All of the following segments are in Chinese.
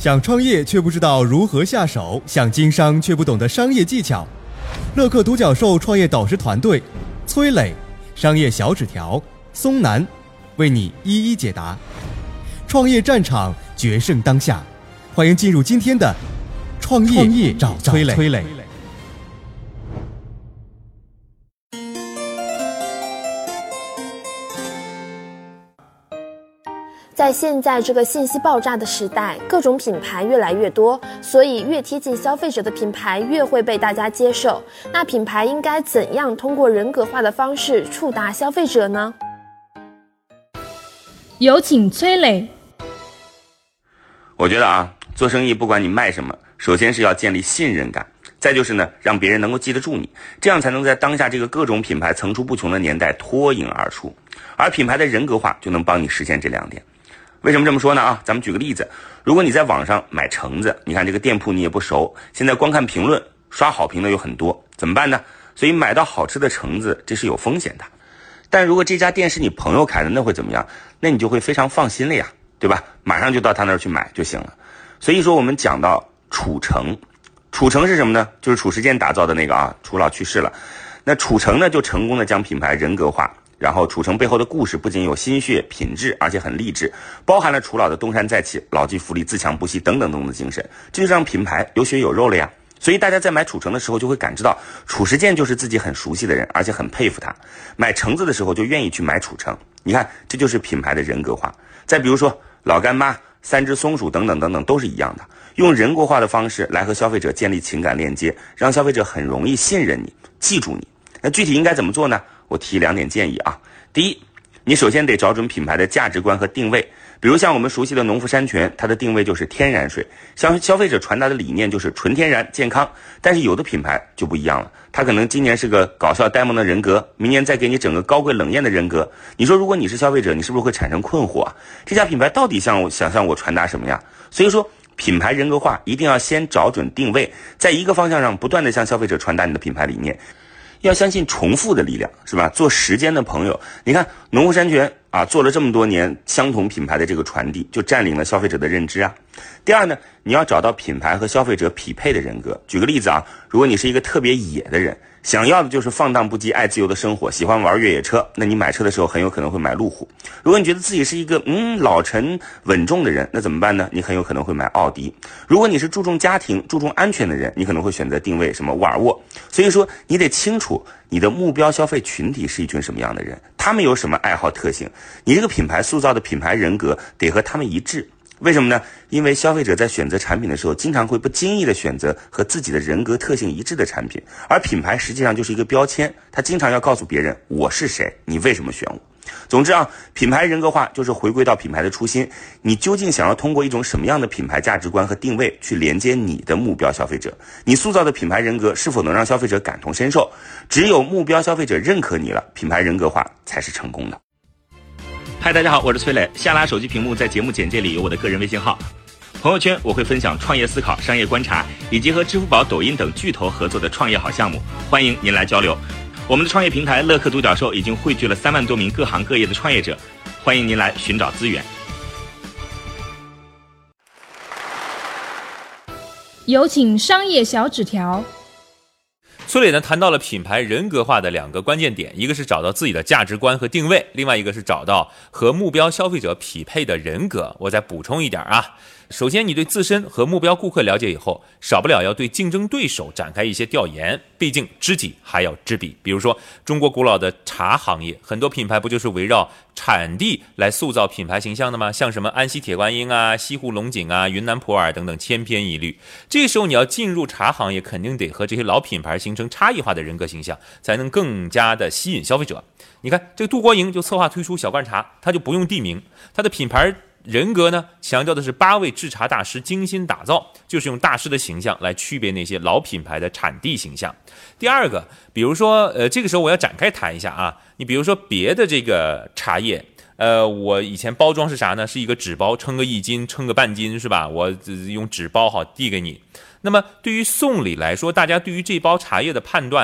想创业却不知道如何下手，想经商却不懂得商业技巧。乐客独角兽创业导师团队，崔磊、商业小纸条、松南，为你一一解答。创业战场，决胜当下。欢迎进入今天的创业找崔磊。 在现在这个信息爆炸的时代，各种品牌越来越多，所以越贴近消费者的品牌越会被大家接受。那品牌应该怎样通过人格化的方式触达消费者呢？ 有请崔磊。 我觉得做生意不管你卖什么，首先是要建立信任感，再就是呢，让别人能够记得住你，这样才能在当下这个各种品牌层出不穷的年代脱颖而出。而品牌的人格化就能帮你实现这两点。为什么这么说呢？咱们举个例子，如果你在网上买橙子，你看这个店铺你也不熟，现在光看评论，刷好评的有很多，怎么办呢？所以买到好吃的橙子，这是有风险的。但如果这家店是你朋友开的，那会怎么样？那你就会非常放心了呀，对吧？马上就到他那儿去买就行了。所以说我们讲到楚橙，楚橙是什么呢？就是褚时健打造的那个楚老去世了，那楚橙呢就成功的将品牌人格化。然后楚橙背后的故事不仅有心血品质，而且很励志，包含了楚老的东山再起、牢记福利、自强不息等等等等的精神，这就让品牌有血有肉了呀。所以大家在买楚橙的时候就会感知到褚时健就是自己很熟悉的人，而且很佩服他，买橙子的时候就愿意去买楚橙。你看，这就是品牌的人格化。再比如说老干妈、三只松鼠等等等等都是一样的，用人格化的方式来和消费者建立情感链接，让消费者很容易信任你，记住你。那具体应该怎么做呢？我提2点建议第一，你首先得找准品牌的价值观和定位，比如像我们熟悉的农夫山泉，它的定位就是天然水，消费者传达的理念就是纯天然健康。但是有的品牌就不一样了，它可能今年是个搞笑呆萌的人格，明年再给你整个高贵冷艳的人格。你说如果你是消费者，你是不是会产生困惑这家品牌到底想向我传达什么呀？所以说品牌人格化一定要先找准定位，在一个方向上不断的向消费者传达你的品牌理念。要相信重复的力量，是吧？做时间的朋友，你看农夫山泉做了这么多年相同品牌的这个传递，就占领了消费者的认知第二呢，你要找到品牌和消费者匹配的人格。举个例子如果你是一个特别野的人，想要的就是放荡不羁、爱自由的生活，喜欢玩越野车，那你买车的时候很有可能会买路虎。如果你觉得自己是一个老成稳重的人，那怎么办呢？你很有可能会买奥迪。如果你是注重家庭、注重安全的人，你可能会选择定位什么沃尔沃。所以说你得清楚你的目标消费群体是一群什么样的人，他们有什么爱好特性，你这个品牌塑造的品牌人格得和他们一致。为什么呢？因为消费者在选择产品的时候，经常会不经意的选择和自己的人格特性一致的产品，而品牌实际上就是一个标签，它经常要告诉别人我是谁，你为什么选我。总之品牌人格化就是回归到品牌的初心，你究竟想要通过一种什么样的品牌价值观和定位去连接你的目标消费者？你塑造的品牌人格是否能让消费者感同身受？只有目标消费者认可你了，品牌人格化才是成功的。嗨，大家好，我是崔磊。下拉手机屏幕，在节目简介里有我的个人微信号。朋友圈我会分享创业思考、商业观察，以及和支付宝、抖音等巨头合作的创业好项目，欢迎您来交流。我们的创业平台乐客独角兽已经汇聚了3万多名各行各业的创业者，欢迎您来寻找资源。 有请商业小纸条。 崔磊呢谈到了品牌人格化的2个关键点，一个是找到自己的价值观和定位，另外一个是找到和目标消费者匹配的人格。我再补充一点首先你对自身和目标顾客了解以后，少不了要对竞争对手展开一些调研，毕竟知己还要知彼。比如说中国古老的茶行业，很多品牌不就是围绕产地来塑造品牌形象的吗？像什么安溪铁观音西湖龙井云南普洱等等千篇一律。这个时候你要进入茶行业，肯定得和这些老品牌形成差异化的人格形象，才能更加的吸引消费者。你看这个杜国营就策划推出小罐茶，它就不用地名，它的品牌人格呢，强调的是8位制茶大师精心打造，就是用大师的形象来区别那些老品牌的产地形象。第二个，比如说这个时候我要展开谈一下你比如说别的这个茶叶，我以前包装是啥呢？是一个纸包，称个1斤，称个半斤，是吧？我用纸包好递给你。那么对于送礼来说，大家对于这包茶叶的判断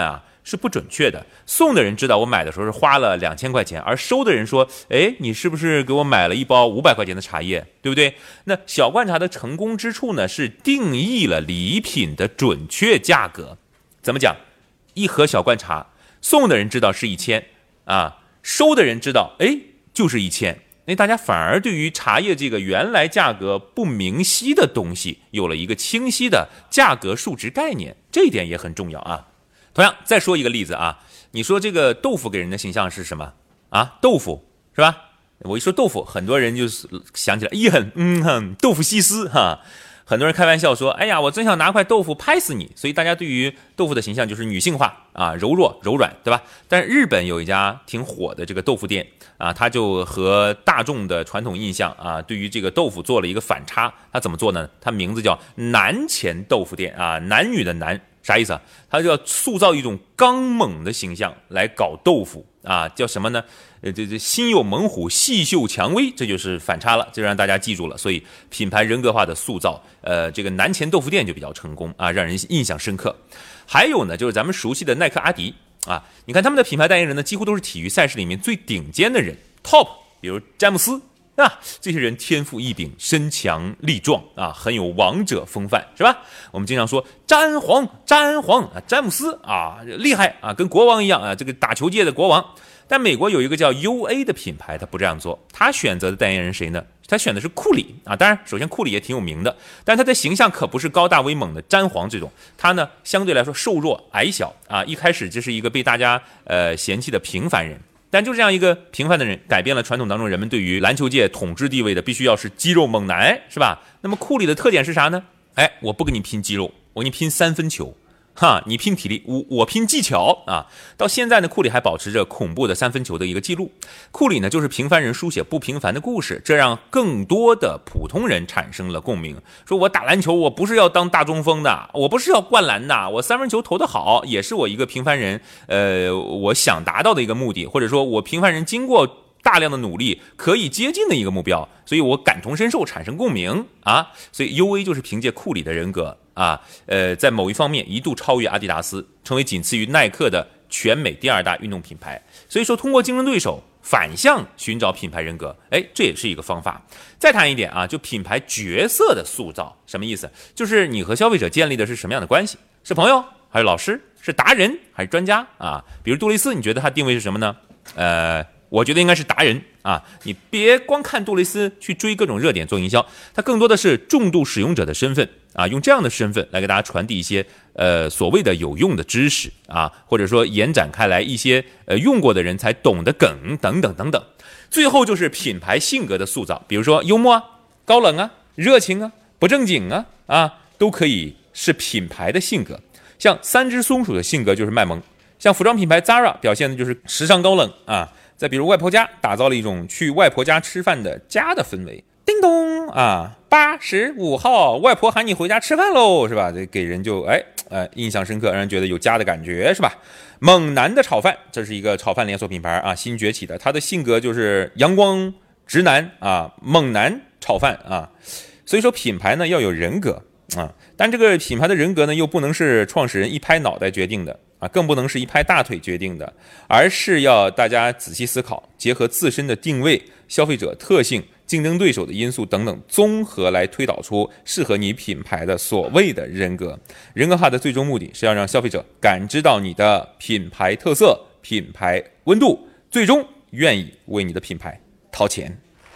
是不准确的。送的人知道我买的时候是花了2000块钱，而收的人说，哎，你是不是给我买了一包500块钱的茶叶，对不对？那小罐茶的成功之处呢，是定义了礼品的准确价格。怎么讲？一盒小罐茶，送的人知道是1000啊，收的人知道，哎，就是1000。那大家反而对于茶叶这个原来价格不明晰的东西有了一个清晰的价格数值概念，这一点也很重要啊。同样再说一个例子啊，你说这个豆腐给人的形象是什么啊？豆腐是吧？我一说豆腐，很多人就想起来，豆腐西施哈。很多人开玩笑说，哎呀，我真想拿块豆腐拍死你。所以大家对于豆腐的形象就是女性化啊，柔弱柔软，对吧？但是日本有一家挺火的这个豆腐店啊，它就和大众的传统印象啊，对于这个豆腐做了一个反差。它怎么做呢？它名字叫男前豆腐店啊，男女的男，啥意思啊？它就要塑造一种刚猛的形象来搞豆腐啊，叫什么呢？这心有猛虎，细嗅蔷薇，这就是反差了，这让大家记住了。所以品牌人格化的塑造，这个南前豆腐店就比较成功啊，让人印象深刻。还有呢，就是咱们熟悉的耐克、阿迪啊，你看他们的品牌代言人呢，几乎都是体育赛事里面最顶尖的人 ，top， 比如詹姆斯啊，这些人天赋异禀，身强力壮啊，很有王者风范，是吧？我们经常说詹皇啊，詹姆斯啊，厉害啊，跟国王一样啊，这个打球界的国王。但美国有一个叫 UA 的品牌，他不这样做，他选择的代言人谁呢？他选的是库里啊。当然，首先库里也挺有名的，但他的形象可不是高大威猛的詹皇这种，他呢相对来说瘦弱矮小啊。一开始就是一个被大家嫌弃的平凡人，但就这样一个平凡的人，改变了传统当中人们对于篮球界统治地位的必须要是肌肉猛男，是吧？那么库里的特点是啥呢？哎，我不跟你拼肌肉，我跟你拼3分球。哈，你拼体力，我拼技巧啊！到现在呢，库里还保持着恐怖的3分球的一个记录。库里呢，就是平凡人书写不平凡的故事，这让更多的普通人产生了共鸣。说我打篮球，我不是要当大中锋的，我不是要灌篮的，我3分球投得好，也是我一个平凡人，我想达到的一个目的，或者说我平凡人经过大量的努力可以接近的一个目标，所以我感同身受，产生共鸣啊！所以 UA 就是凭借库里的人格啊，在某一方面一度超越阿迪达斯，成为仅次于耐克的全美第2大运动品牌。所以说，通过竞争对手反向寻找品牌人格，哎，这也是一个方法。再谈一点啊，就品牌角色的塑造，什么意思？就是你和消费者建立的是什么样的关系？是朋友，还是老师？是达人，还是专家啊？比如杜蕾斯，你觉得他定位是什么呢？我觉得应该是达人啊！你别光看杜蕾斯去追各种热点做营销，他更多的是重度使用者的身份啊，用这样的身份来给大家传递一些所谓的有用的知识啊，或者说延展开来一些用过的人才懂的梗等等等等。最后就是品牌性格的塑造，比如说幽默啊、高冷啊、热情啊、不正经啊，都可以是品牌的性格。像3只松鼠的性格就是卖萌，像服装品牌 Zara 表现的就是时尚高冷啊。再比如外婆家打造了一种去外婆家吃饭的家的氛围，叮咚啊，85号外婆喊你回家吃饭喽，是吧？这给人就印象深刻，让人觉得有家的感觉，是吧？猛男的炒饭，这是一个炒饭连锁品牌啊，新崛起的，他的性格就是阳光直男啊，猛男炒饭啊。所以说品牌呢要有人格啊，但这个品牌的人格呢又不能是创始人一拍脑袋决定的啊，更不能是一拍大腿决定的，而是要大家仔细思考，结合自身的定位、消费者特性、竞争对手的因素等等，综合来推导出适合你品牌的所谓的人格。人格化的最终目的是要让消费者感知到你的品牌特色、品牌温度，最终愿意为你的品牌掏钱。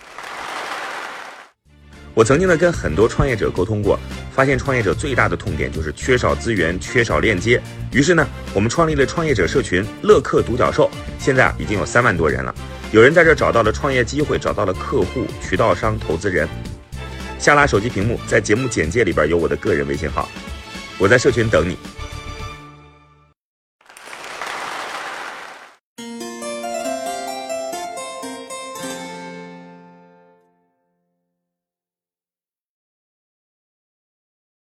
我曾经呢跟很多创业者沟通过，发现创业者最大的痛点就是缺少资源、缺少链接。于是呢，我们创立了创业者社群乐客独角兽，现在已经有3万多人了。有人在这找到了创业机会，找到了客户、渠道商、投资人。下拉手机屏幕，在节目简介里边有我的个人微信号，我在社群等你。